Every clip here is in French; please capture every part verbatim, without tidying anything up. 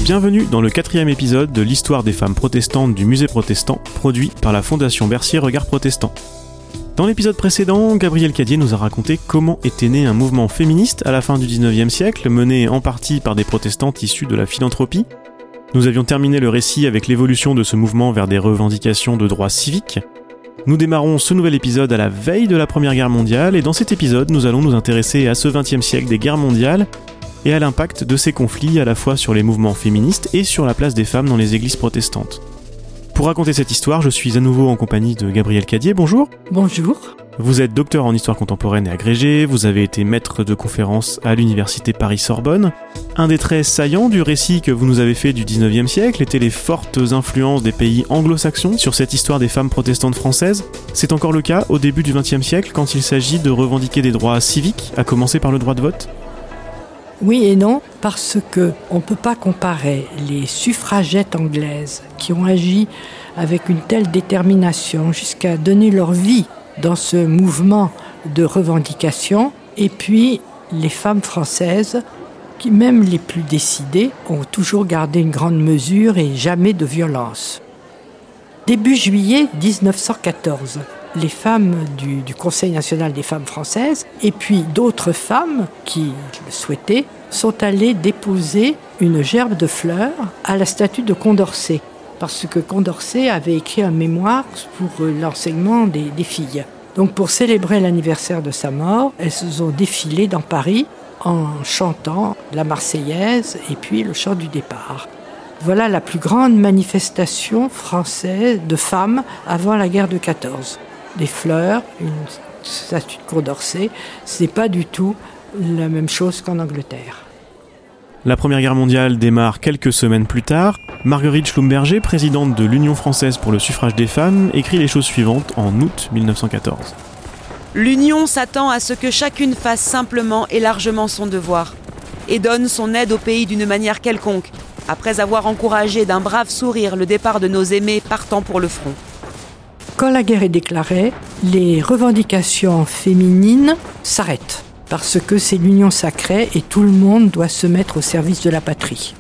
Bienvenue dans le quatrième épisode de l'histoire des femmes protestantes du musée protestant, produit par la Fondation Bercier Regard Protestant. Dans l'épisode précédent, Gabriel Cadier nous a raconté comment était né un mouvement féministe à la fin du dix-neuvième siècle, mené en partie par des protestantes issues de la philanthropie. Nous avions terminé le récit avec l'évolution de ce mouvement vers des revendications de droits civiques. Nous démarrons ce nouvel épisode à la veille de la Première Guerre mondiale, et dans cet épisode, nous allons nous intéresser à ce vingtième siècle des guerres mondiales et à l'impact de ces conflits à la fois sur les mouvements féministes et sur la place des femmes dans les églises protestantes. Pour raconter cette histoire, je suis à nouveau en compagnie de Gabriel Cadier. Bonjour. Bonjour. Vous êtes docteur en histoire contemporaine et agrégé, vous avez été maître de conférences à l'université Paris-Sorbonne. Un des traits saillants du récit que vous nous avez fait du dix-neuvième siècle étaient les fortes influences des pays anglo-saxons sur cette histoire des femmes protestantes françaises. C'est encore le cas au début du vingtième siècle quand il s'agit de revendiquer des droits civiques, à commencer par le droit de vote ? Oui et non, parce qu'on ne peut pas comparer les suffragettes anglaises qui ont agi avec une telle détermination jusqu'à donner leur vie dans ce mouvement de revendication, et puis les femmes françaises qui, même les plus décidées, ont toujours gardé une grande mesure et jamais de violence. Début juillet dix-neuf cent quatorze, les femmes du, du Conseil national des femmes françaises et puis d'autres femmes qui le souhaitaient sont allées déposer une gerbe de fleurs à la statue de Condorcet, parce que Condorcet avait écrit un mémoire pour l'enseignement des, des filles. Donc pour célébrer l'anniversaire de sa mort, elles se sont défilées dans Paris en chantant la Marseillaise et puis le chant du départ. Voilà la plus grande manifestation française de femmes avant la guerre de quatorze. Des fleurs, une statue de Condorcet, ce n'est pas du tout la même chose qu'en Angleterre. La Première Guerre mondiale démarre quelques semaines plus tard. Marguerite Schlumberger, présidente de l'Union française pour le suffrage des femmes, écrit les choses suivantes en août dix-neuf cent quatorze. L'Union s'attend à ce que chacune fasse simplement et largement son devoir et donne son aide au pays d'une manière quelconque, après avoir encouragé d'un brave sourire le départ de nos aimés partant pour le front. Quand la guerre est déclarée, les revendications féminines s'arrêtent, parce que c'est l'union sacrée et tout le monde doit se mettre au service de la patrie.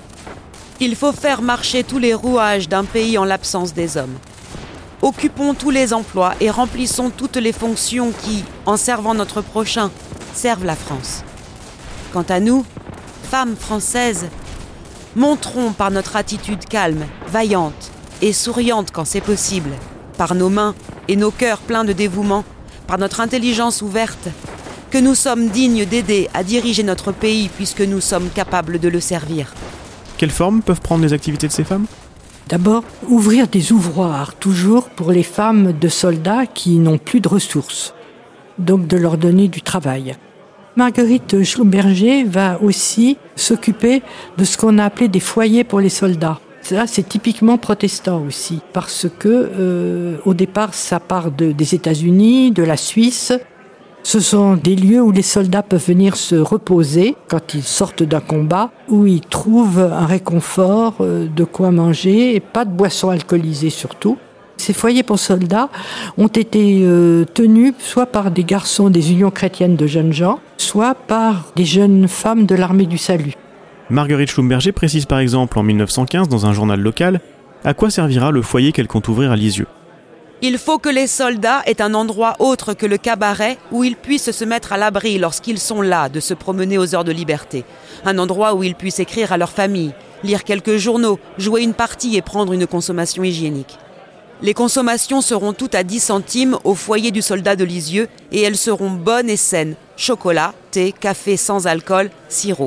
Il faut faire marcher tous les rouages d'un pays en l'absence des hommes. Occupons tous les emplois et remplissons toutes les fonctions qui, en servant notre prochain, servent la France. Quant à nous, femmes françaises, montrons par notre attitude calme, vaillante et souriante quand c'est possible, par nos mains et nos cœurs pleins de dévouement, par notre intelligence ouverte, que nous sommes dignes d'aider à diriger notre pays puisque nous sommes capables de le servir. Quelles formes peuvent prendre les activités de ces femmes ? D'abord, ouvrir des ouvroirs, toujours pour les femmes de soldats qui n'ont plus de ressources, donc de leur donner du travail. Marguerite Schlumberger va aussi s'occuper de ce qu'on a appelé des foyers pour les soldats. Ça, c'est typiquement protestant aussi, parce que euh, au départ, ça part de, des États-Unis, de la Suisse. Ce sont des lieux où les soldats peuvent venir se reposer quand ils sortent d'un combat, où ils trouvent un réconfort, euh, de quoi manger, et pas de boissons alcoolisées surtout. Ces foyers pour soldats ont été euh, tenus soit par des garçons des unions chrétiennes de jeunes gens, soit par des jeunes femmes de l'armée du salut. Marguerite Schlumberger précise par exemple en dix-neuf cent quinze dans un journal local à quoi servira le foyer qu'elle compte ouvrir à Lisieux. Il faut que les soldats aient un endroit autre que le cabaret où ils puissent se mettre à l'abri lorsqu'ils sont là de se promener aux heures de liberté. Un endroit où ils puissent écrire à leur famille, lire quelques journaux, jouer une partie et prendre une consommation hygiénique. Les consommations seront toutes à dix centimes au foyer du soldat de Lisieux et elles seront bonnes et saines. Chocolat, thé, café sans alcool, sirop.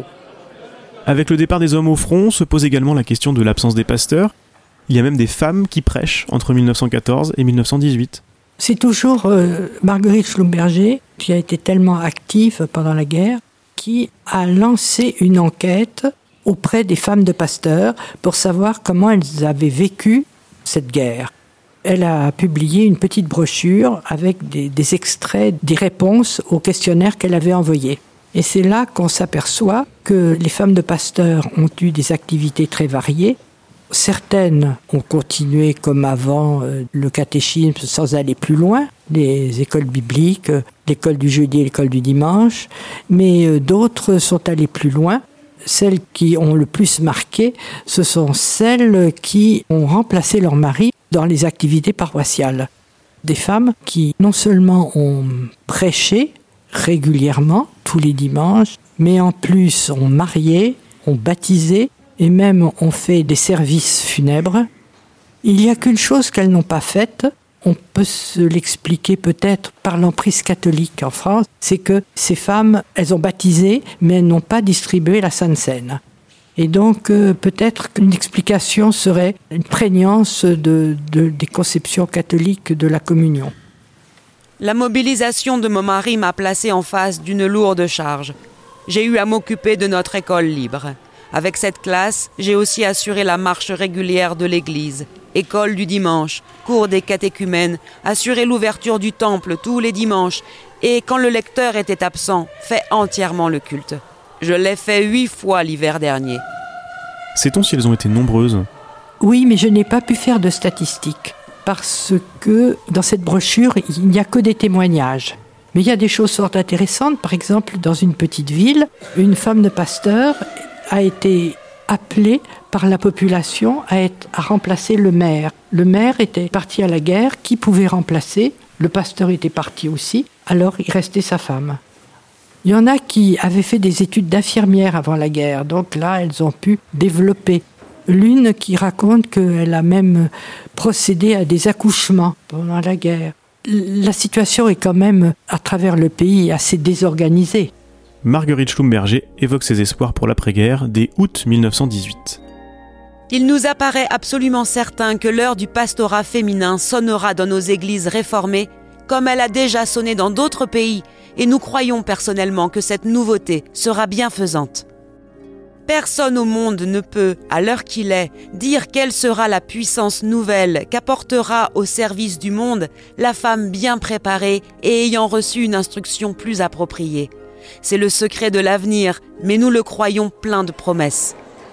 Avec le départ des hommes au front, se pose également la question de l'absence des pasteurs. Il y a même des femmes qui prêchent entre dix-neuf cent quatorze et dix-neuf cent dix-huit. C'est toujours euh, Marguerite Schlumberger, qui a été tellement active pendant la guerre, qui a lancé une enquête auprès des femmes de pasteurs pour savoir comment elles avaient vécu cette guerre. Elle a publié une petite brochure avec des, des extraits des réponses aux questionnaires qu'elle avait envoyés. Et c'est là qu'on s'aperçoit que les femmes de pasteurs ont eu des activités très variées. Certaines ont continué comme avant euh, le catéchisme sans aller plus loin, les écoles bibliques, l'école du jeudi et l'école du dimanche, mais euh, d'autres sont allées plus loin celles qui ont le plus marqué, ce sont celles qui ont remplacé leur mari dans les activités paroissiales. Des femmes qui non seulement ont prêché régulièrement, tous les dimanches, mais en plus ont marié, ont baptisé et même ont fait des services funèbres. Il n'y a qu'une chose qu'elles n'ont pas faite, on peut se l'expliquer peut-être par l'emprise catholique en France, c'est que ces femmes, elles ont baptisé, mais elles n'ont pas distribué la Sainte Seine. Et donc, euh, peut-être qu'une explication serait une prégnance de, de, des conceptions catholiques de la communion. La mobilisation de mon mari m'a placée en face d'une lourde charge. J'ai eu à m'occuper de notre école libre. Avec cette classe, j'ai aussi assuré la marche régulière de l'église, école du dimanche, cours des catéchumènes, assuré l'ouverture du temple tous les dimanches et, quand le lecteur était absent, fait entièrement le culte. Je l'ai fait huit fois l'hiver dernier. Sait-on si elles ont été nombreuses ? Oui, mais je n'ai pas pu faire de statistiques parce que dans cette brochure, il n'y a que des témoignages. Mais il y a des choses fort intéressantes. Par exemple, dans une petite ville, une femme de pasteur a été appelée par la population à, être, à remplacer le maire. Le maire était parti à la guerre, qui pouvait remplacer ? Le pasteur était parti aussi, alors il restait sa femme. Il y en a qui avaient fait des études d'infirmière avant la guerre, donc là, elles ont pu développer. L'une qui raconte qu'elle a même procédé à des accouchements pendant la guerre. La situation est quand même, à travers le pays, assez désorganisée. Marguerite Schlumberger évoque ses espoirs pour l'après-guerre dès août mille neuf cent dix-huit. Il nous apparaît absolument certain que l'heure du pastorat féminin sonnera dans nos églises réformées, comme elle a déjà sonné dans d'autres pays, et nous croyons personnellement que cette nouveauté sera bienfaisante. Personne au monde ne peut, à l'heure qu'il est, dire quelle sera la puissance nouvelle qu'apportera au service du monde la femme bien préparée et ayant reçu une instruction plus appropriée. C'est le secret de l'avenir, mais nous le croyons plein de promesses.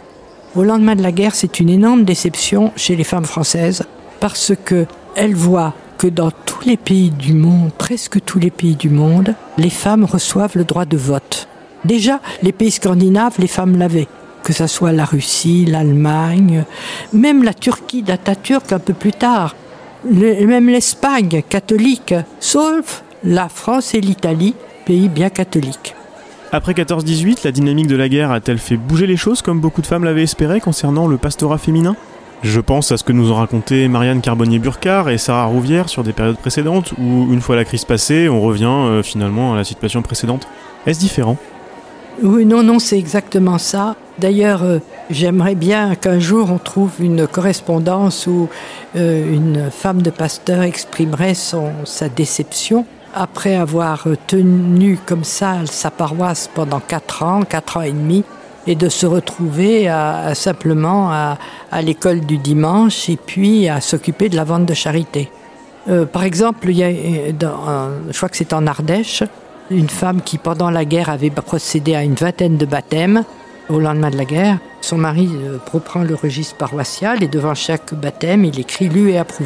Au lendemain de la guerre, c'est une énorme déception chez les femmes françaises parce qu'elles voient que dans tous les pays du monde, presque tous les pays du monde, les femmes reçoivent le droit de vote. Déjà, les pays scandinaves, les femmes l'avaient, que ce soit la Russie, l'Allemagne, même la Turquie d'Atatürk un peu plus tard, le, même l'Espagne catholique, sauf la France et l'Italie, pays bien catholiques. Après quatorze dix-huit, la dynamique de la guerre a-t-elle fait bouger les choses comme beaucoup de femmes l'avaient espéré concernant le pastorat féminin ? Je pense à ce que nous ont raconté Marianne Carbonnier-Burcard et Sarah Rouvière sur des périodes précédentes où, une fois la crise passée, on revient euh, finalement à la situation précédente. Est-ce différent ? Oui, non, non, c'est exactement ça. D'ailleurs, euh, j'aimerais bien qu'un jour on trouve une correspondance où euh, une femme de pasteur exprimerait son, sa déception après avoir tenu comme ça sa paroisse pendant quatre ans, quatre ans et demi, et de se retrouver à, à simplement à, à l'école du dimanche et puis à s'occuper de la vente de charité. Euh, par exemple, il y a, dans, je crois que c'est en Ardèche, une femme qui, pendant la guerre, avait procédé à une vingtaine de baptêmes au lendemain de la guerre. Son mari euh, reprend le registre paroissial et devant chaque baptême, il écrit « lu et approuvé ».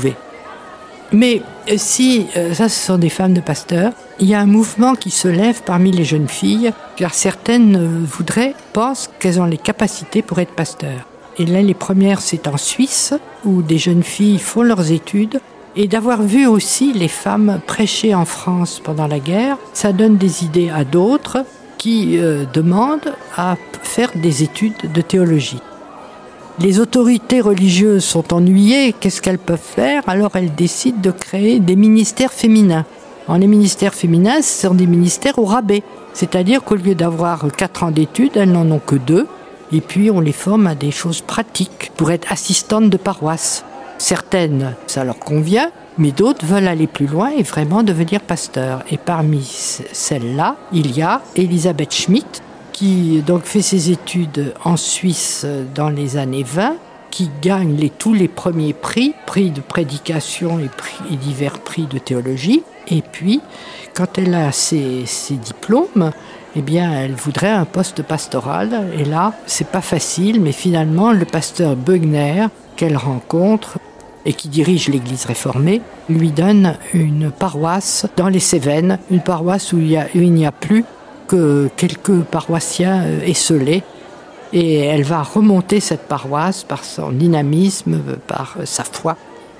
Mais si, euh, ça ce sont des femmes de pasteurs, il y a un mouvement qui se lève parmi les jeunes filles, car certaines euh, voudraient, pensent qu'elles ont les capacités pour être pasteurs. Et là, les premières, c'est en Suisse, où des jeunes filles font leurs études, et d'avoir vu aussi les femmes prêcher en France pendant la guerre, ça donne des idées à d'autres qui euh, demandent à faire des études de théologie. Les autorités religieuses sont ennuyées, qu'est-ce qu'elles peuvent faire ? Alors elles décident de créer des ministères féminins. Alors, les ministères féminins, ce sont des ministères au rabais. C'est-à-dire qu'au lieu d'avoir quatre ans d'études, elles n'en ont que deux. Et puis on les forme à des choses pratiques pour être assistantes de paroisse. Certaines, ça leur convient, mais d'autres veulent aller plus loin et vraiment devenir pasteurs. Et parmi celles-là, il y a Elisabeth Schmidt, qui donc fait ses études en Suisse dans les années vingt, qui gagne les, tous les premiers prix, prix de prédication et, prix, et divers prix de théologie. Et puis, quand elle a ses, ses diplômes, eh bien, elle voudrait un poste pastoral. Et là, c'est pas facile, mais finalement, le pasteur Bögner, qu'elle rencontre et qui dirige l'église réformée, lui donne une paroisse dans les Cévennes, une paroisse où il, y a, où il n'y a plus que quelques paroissiens esselés. Et elle va remonter cette paroisse par son dynamisme, par sa foi.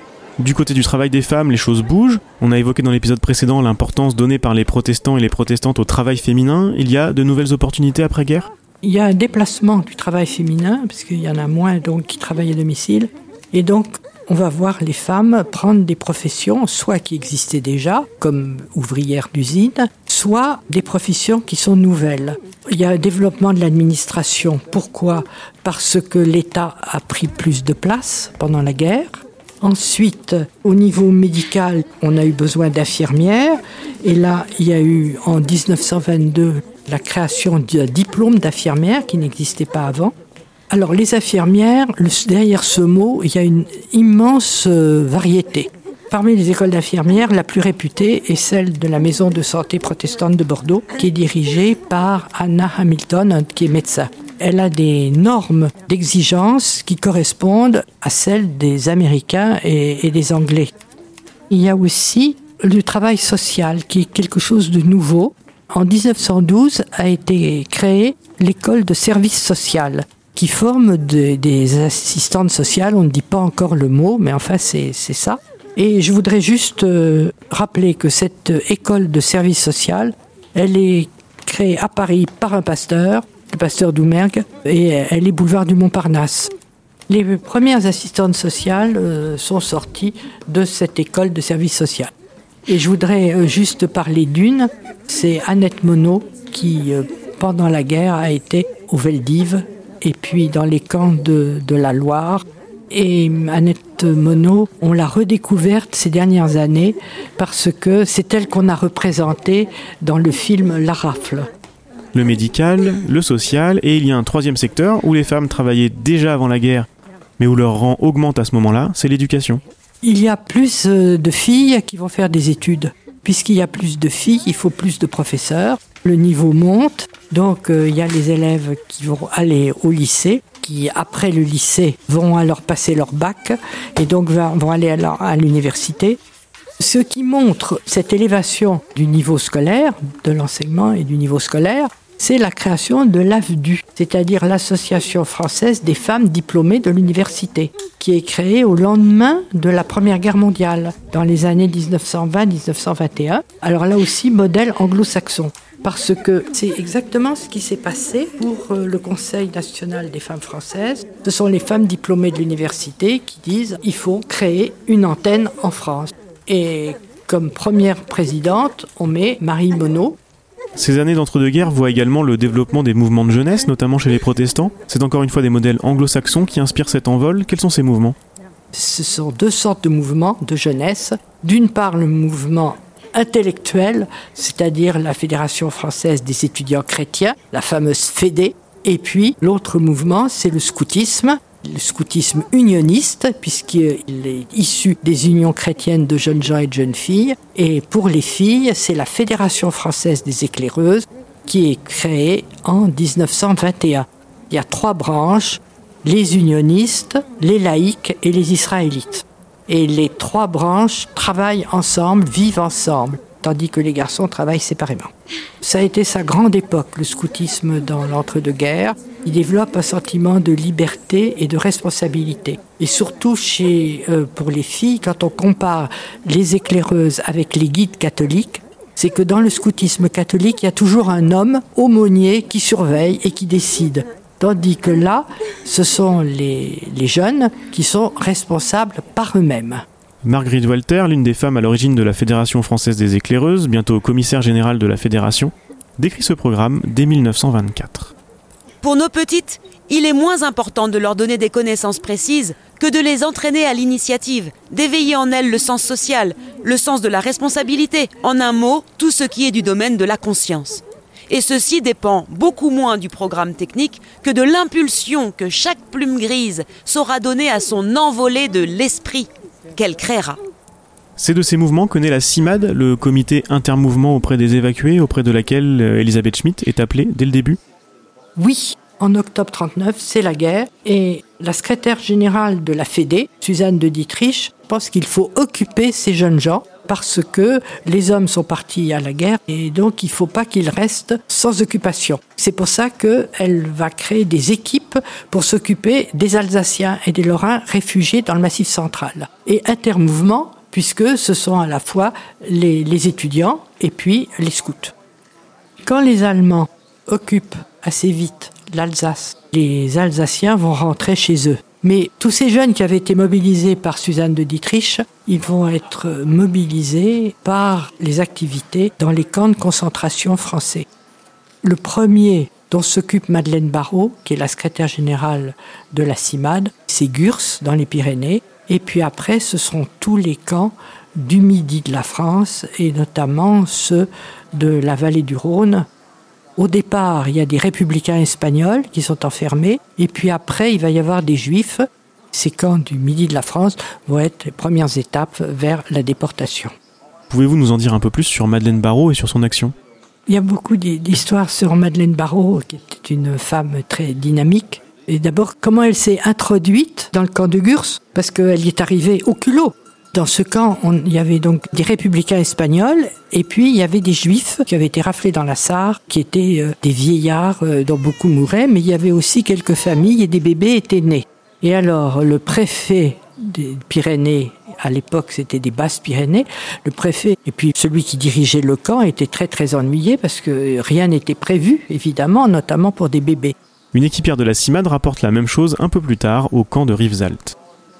Du côté du travail des femmes, les choses bougent. On a évoqué dans l'épisode précédent l'importance donnée par les protestants et les protestantes au travail féminin. Il y a de nouvelles opportunités après-guerre ? Il y a un déplacement du travail féminin, puisqu'il y en a moins donc, qui travaillent à domicile. Et donc, on va voir les femmes prendre des professions, soit qui existaient déjà, comme ouvrières d'usine, soit des professions qui sont nouvelles. Il y a un développement de l'administration. Pourquoi ? Parce que l'État a pris plus de place pendant la guerre. Ensuite, au niveau médical, on a eu besoin d'infirmières. Et là, il y a eu en dix-neuf cent vingt-deux la création d'un diplôme d'infirmière qui n'existait pas avant. Alors, les infirmières, derrière ce mot, il y a une immense variété. Parmi les écoles d'infirmières, la plus réputée est celle de la Maison de santé protestante de Bordeaux, qui est dirigée par Anna Hamilton, qui est médecin. Elle a des normes d'exigence qui correspondent à celles des Américains et, et des Anglais. Il y a aussi le travail social, qui est quelque chose de nouveau. En dix-neuf cent douze a été créée l'école de service social, qui forme de, des assistantes sociales. On ne dit pas encore le mot, mais enfin c'est, c'est ça. Et je voudrais juste euh, rappeler que cette école de service social, elle est créée à Paris par un pasteur, le pasteur Doumergue, et elle est boulevard du Montparnasse. Les premières assistantes sociales euh, sont sorties de cette école de service social. Et je voudrais euh, juste parler d'une, c'est Annette Monod, qui euh, pendant la guerre a été au Veldiv, et puis dans les camps de, de la Loire. Et Annette Monod, on l'a redécouverte ces dernières années parce que c'est elle qu'on a représentée dans le film La Rafle. Le médical, le social, et il y a un troisième secteur où les femmes travaillaient déjà avant la guerre, mais où leur rang augmente à ce moment-là, c'est l'éducation. Il y a plus de filles qui vont faire des études. Puisqu'il y a plus de filles, il faut plus de professeurs. Le niveau monte, donc euh, il y a les élèves qui vont aller au lycée, qui après le lycée vont alors passer leur bac et donc vont aller à, la, à l'université. Ce qui montre cette élévation du niveau scolaire, de l'enseignement et du niveau scolaire, c'est la création de l'A F D U, c'est-à-dire l'Association française des femmes diplômées de l'université, qui est créée au lendemain de la Première Guerre mondiale, dans les années dix-neuf cent vingt dix-neuf cent vingt et un. Alors là aussi, modèle anglo-saxon, parce que c'est exactement ce qui s'est passé pour le Conseil national des femmes françaises. Ce sont les femmes diplômées de l'université qui disent « il faut créer une antenne en France ». Et comme première présidente, on met Marie Monod. Ces années d'entre-deux-guerres voient également le développement des mouvements de jeunesse, notamment chez les protestants. C'est encore une fois des modèles anglo-saxons qui inspirent cet envol. Quels sont ces mouvements ? Ce sont deux sortes de mouvements de jeunesse. D'une part, le mouvement intellectuel, c'est-à-dire la Fédération française des étudiants chrétiens, la fameuse Fédé. Et puis, l'autre mouvement, c'est le scoutisme. Le scoutisme unioniste, puisqu'il est issu des unions chrétiennes de jeunes gens et de jeunes filles. Et pour les filles, c'est la Fédération française des éclaireuses qui est créée en dix-neuf cent vingt et un. Il y a trois branches, les unionistes, les laïcs et les israélites. Et les trois branches travaillent ensemble, vivent ensemble, tandis que les garçons travaillent séparément. Ça a été sa grande époque, le scoutisme dans l'entre-deux-guerres. Il développe un sentiment de liberté et de responsabilité. Et surtout chez, euh, pour les filles, quand on compare les éclaireuses avec les guides catholiques, c'est que dans le scoutisme catholique, il y a toujours un homme aumônier qui surveille et qui décide. Tandis que là, ce sont les, les jeunes qui sont responsables par eux-mêmes. Marguerite Walter, l'une des femmes à l'origine de la Fédération française des éclaireuses, bientôt commissaire générale de la Fédération, décrit ce programme dès dix-neuf cent vingt-quatre. Pour nos petites, il est moins important de leur donner des connaissances précises que de les entraîner à l'initiative, d'éveiller en elles le sens social, le sens de la responsabilité, en un mot, tout ce qui est du domaine de la conscience. Et ceci dépend beaucoup moins du programme technique que de l'impulsion que chaque plume grise saura donner à son envolée de l'esprit qu'elle créera. C'est de ces mouvements que naît la CIMAD, le comité intermouvement auprès des évacués, auprès de laquelle Elisabeth Schmitt est appelée dès le début. Oui, en octobre trente-neuf, c'est la guerre et la secrétaire générale de la Fédé, Suzanne de Dietrich, pense qu'il faut occuper ces jeunes gens parce que les hommes sont partis à la guerre et donc il ne faut pas qu'ils restent sans occupation. C'est pour ça qu'elle va créer des équipes pour s'occuper des Alsaciens et des Lorrains réfugiés dans le Massif central. Et intermouvement, puisque ce sont à la fois les, les étudiants et puis les scouts. Quand les Allemands occupent assez vite l'Alsace, les Alsaciens vont rentrer chez eux. Mais tous ces jeunes qui avaient été mobilisés par Suzanne de Dietrich, ils vont être mobilisés par les activités dans les camps de concentration français. Le premier dont s'occupe Madeleine Barrault, qui est la secrétaire générale de la CIMAD, c'est Gurs, dans les Pyrénées. Et puis après, ce seront tous les camps du midi de la France, et notamment ceux de la vallée du Rhône. Au départ, il y a des républicains espagnols qui sont enfermés, et puis après, il va y avoir des juifs. Ces camps du midi de la France vont être les premières étapes vers la déportation. Pouvez-vous nous en dire un peu plus sur Madeleine Barrault et sur son action ? Il y a beaucoup d'histoires sur Madeleine Barrault, qui était une femme très dynamique. Et d'abord, comment elle s'est introduite dans le camp de Gurs, parce qu'elle y est arrivée au culot. Dans ce camp, on, il y avait donc des républicains espagnols, et puis il y avait des juifs qui avaient été raflés dans la Sarre, qui étaient euh, des vieillards euh, dont beaucoup mouraient, mais il y avait aussi quelques familles et des bébés étaient nés. Et alors, le préfet des Pyrénées, à l'époque c'était des Basses-Pyrénées, le préfet et puis celui qui dirigeait le camp étaient très très ennuyés parce que rien n'était prévu, évidemment, notamment pour des bébés. Une équipière de la CIMAD rapporte la même chose un peu plus tard au camp de Rivesaltes.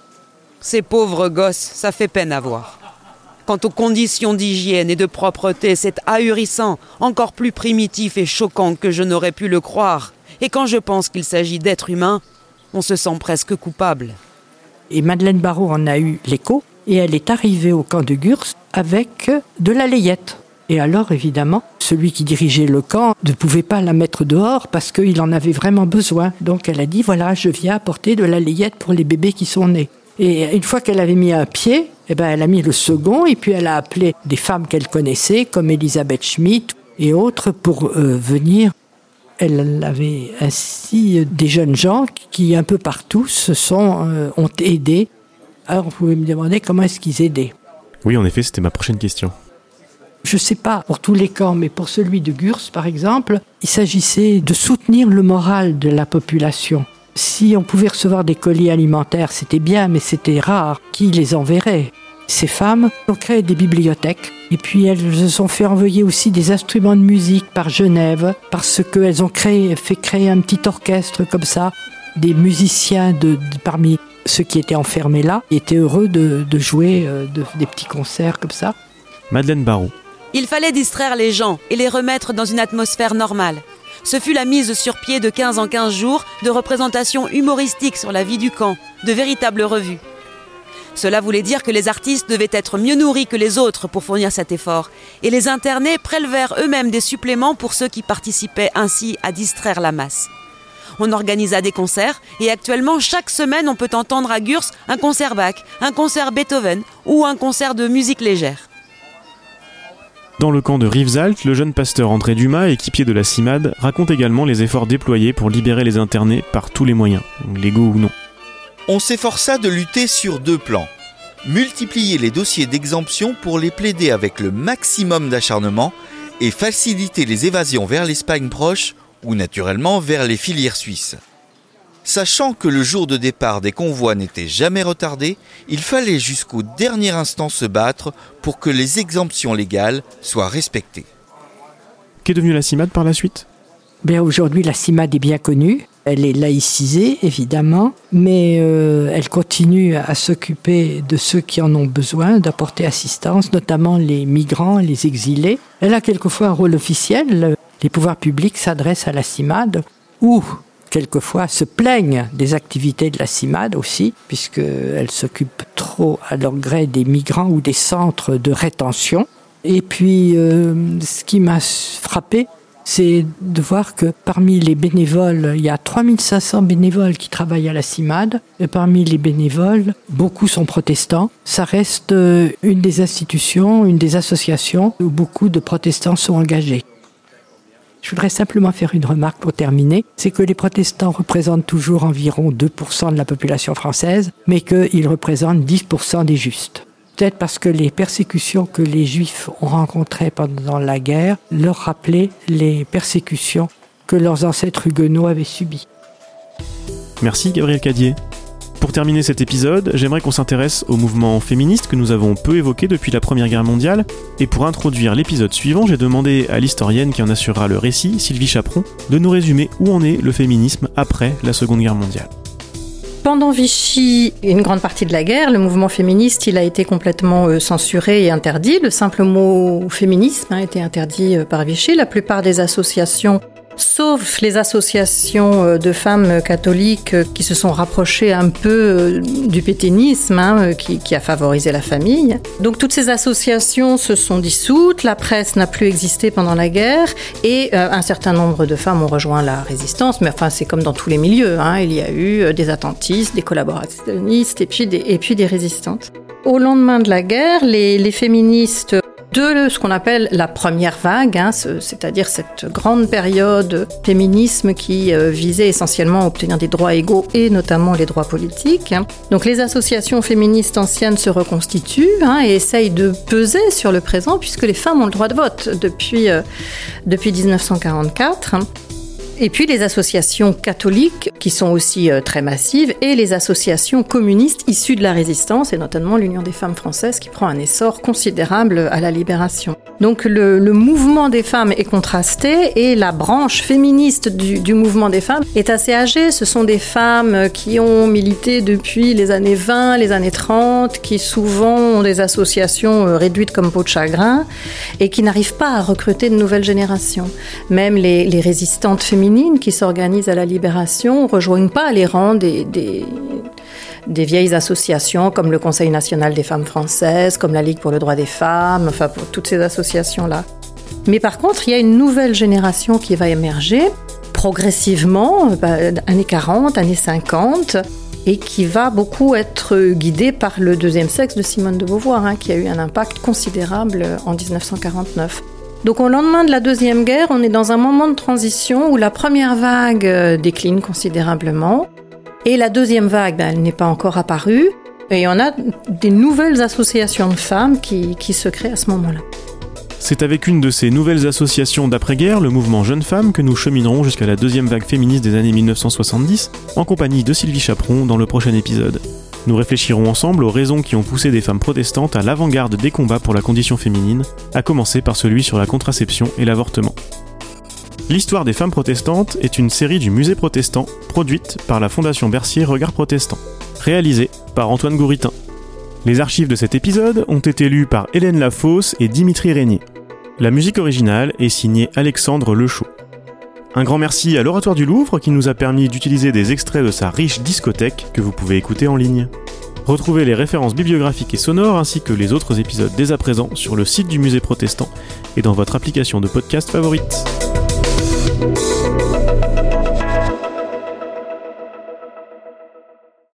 Ces pauvres gosses, ça fait peine à voir. Quant aux conditions d'hygiène et de propreté, c'est ahurissant, encore plus primitif et choquant que je n'aurais pu le croire. Et quand je pense qu'il s'agit d'êtres humains, on se sent presque coupable. Et Madeleine Barrault en a eu l'écho, et elle est arrivée au camp de Gurs avec de la layette. Et alors, évidemment, celui qui dirigeait le camp ne pouvait pas la mettre dehors parce qu'il en avait vraiment besoin. Donc elle a dit, voilà, je viens apporter de la layette pour les bébés qui sont nés. Et une fois qu'elle avait mis un pied, eh ben, elle a mis le second, et puis elle a appelé des femmes qu'elle connaissait, comme Elisabeth Schmidt et autres, pour euh, venir. Elle avait ainsi des jeunes gens qui, un peu partout, se sont, euh, ont aidé. Alors, vous pouvez me demander comment est-ce qu'ils aidaient. Oui, en effet, c'était ma prochaine question. Je ne sais pas pour tous les camps, mais pour celui de Gurs, par exemple, il s'agissait de soutenir le moral de la population. Si on pouvait recevoir des colis alimentaires, c'était bien, mais c'était rare. Qui les enverrait ? Ces femmes ont créé des bibliothèques et puis elles se sont fait envoyer aussi des instruments de musique par Genève parce qu'elles ont créé, fait créer un petit orchestre comme ça. Des musiciens de, de, parmi ceux qui étaient enfermés là étaient heureux de, de jouer euh, de, des petits concerts comme ça. Madeleine Barrault. Il fallait distraire les gens et les remettre dans une atmosphère normale. Ce fut la mise sur pied de quinze en quinze jours de représentations humoristiques sur la vie du camp, de véritables revues. Cela voulait dire que les artistes devaient être mieux nourris que les autres pour fournir cet effort, et les internés prélevèrent eux-mêmes des suppléments pour ceux qui participaient ainsi à distraire la masse. On organisa des concerts, et actuellement, chaque semaine, on peut entendre à Gurs un concert Bach, un concert Beethoven ou un concert de musique légère. Dans le camp de Rivesaltes, le jeune pasteur André Dumas, équipier de la CIMAD, raconte également les efforts déployés pour libérer les internés par tous les moyens, légaux ou non. On s'efforça de lutter sur deux plans. Multiplier les dossiers d'exemption pour les plaider avec le maximum d'acharnement et faciliter les évasions vers l'Espagne proche ou naturellement vers les filières suisses. Sachant que le jour de départ des convois n'était jamais retardé, il fallait jusqu'au dernier instant se battre pour que les exemptions légales soient respectées. Qu'est devenue la CIMAD par la suite ? Bien, aujourd'hui, la CIMAD est bien connue. Elle est laïcisée, évidemment, mais euh, elle continue à s'occuper de ceux qui en ont besoin, d'apporter assistance, notamment les migrants, les exilés. Elle a quelquefois un rôle officiel. Les pouvoirs publics s'adressent à la CIMAD ou quelquefois se plaignent des activités de la CIMAD aussi, puisqu'elle s'occupe trop à leur gré des migrants ou des centres de rétention. Et puis, euh, ce qui m'a frappé, c'est de voir que parmi les bénévoles, il y a trois mille cinq cents bénévoles qui travaillent à la CIMAD. Et parmi les bénévoles, beaucoup sont protestants. Ça reste une des institutions, une des associations où beaucoup de protestants sont engagés. Je voudrais simplement faire une remarque pour terminer, c'est que les protestants représentent toujours environ deux pour cent de la population française, mais qu'ils représentent dix pour cent des justes. peut-être parce que les persécutions que les Juifs ont rencontrées pendant la guerre leur rappelaient les persécutions que leurs ancêtres huguenots avaient subies. Merci Gabriel Cadier. Pour terminer cet épisode, j'aimerais qu'on s'intéresse au mouvement féministe que nous avons peu évoqué depuis la Première Guerre mondiale, et pour introduire l'épisode suivant, j'ai demandé à l'historienne qui en assurera le récit, Sylvie Chaperon, de nous résumer où en est le féminisme après la Seconde Guerre mondiale. Pendant Vichy et une grande partie de la guerre, le mouvement féministe il a été complètement euh, censuré et interdit. Le simple mot féminisme a été interdit euh, par Vichy. La plupart des associations, sauf les associations de femmes catholiques qui se sont rapprochées un peu du pétainisme, hein, qui, qui a favorisé la famille. Donc toutes ces associations se sont dissoutes, la presse n'a plus existé pendant la guerre et euh, un certain nombre de femmes ont rejoint la résistance, mais enfin c'est comme dans tous les milieux, hein, il y a eu des attentistes, des collaborationnistes et puis des, et puis des résistantes. Au lendemain de la guerre, les, les féministes de ce qu'on appelle la première vague, hein, c'est-à-dire cette grande période de féminisme qui euh, visait essentiellement à obtenir des droits égaux et notamment les droits politiques. Donc les associations féministes anciennes se reconstituent hein, et essayent de peser sur le présent puisque les femmes ont le droit de vote depuis, euh, depuis dix-neuf cent quarante-quatre. Et puis les associations catholiques, qui sont aussi euh, très massives, et les associations communistes issues de la résistance, et notamment l'Union des femmes françaises, qui prend un essor considérable à la libération. Donc le, le mouvement des femmes est contrasté, et la branche féministe du, du mouvement des femmes est assez âgée. Ce sont des femmes qui ont milité depuis les années vingt, les années trente, qui souvent ont des associations euh, réduites comme peau de chagrin, et qui n'arrivent pas à recruter de nouvelles générations. Même les, les résistantes féministes qui s'organisent à la libération ne rejoignent pas les rangs des, des, des vieilles associations comme le Conseil national des femmes françaises, comme la Ligue pour le droit des femmes, enfin pour toutes ces associations-là. Mais par contre, il y a une nouvelle génération qui va émerger progressivement, bah, années quarante, années cinquante, et qui va beaucoup être guidée par le deuxième sexe de Simone de Beauvoir, hein, qui a eu un impact considérable en dix-neuf cent quarante-neuf. Donc au lendemain de la Deuxième Guerre, on est dans un moment de transition où la première vague décline considérablement et la deuxième vague, ben, elle n'est pas encore apparue et on a des nouvelles associations de femmes qui, qui se créent à ce moment-là. C'est avec une de ces nouvelles associations d'après-guerre, le mouvement Jeunes Femmes, que nous cheminerons jusqu'à la deuxième vague féministe des années dix-neuf cent soixante-dix, en compagnie de Sylvie Chaperon dans le prochain épisode. Nous réfléchirons ensemble aux raisons qui ont poussé des femmes protestantes à l'avant-garde des combats pour la condition féminine, à commencer par celui sur la contraception et l'avortement. L'histoire des femmes protestantes est une série du Musée protestant, produite par la Fondation Bercier Regard Protestant, réalisée par Antoine Gouritin. Les archives de cet épisode ont été lues par Hélène Lafosse et Dimitri Régnier. La musique originale est signée Alexandre Lechaud. Un grand merci à l'Oratoire du Louvre qui nous a permis d'utiliser des extraits de sa riche discothèque que vous pouvez écouter en ligne. Retrouvez les références bibliographiques et sonores ainsi que les autres épisodes dès à présent sur le site du Musée protestant et dans votre application de podcast favorite.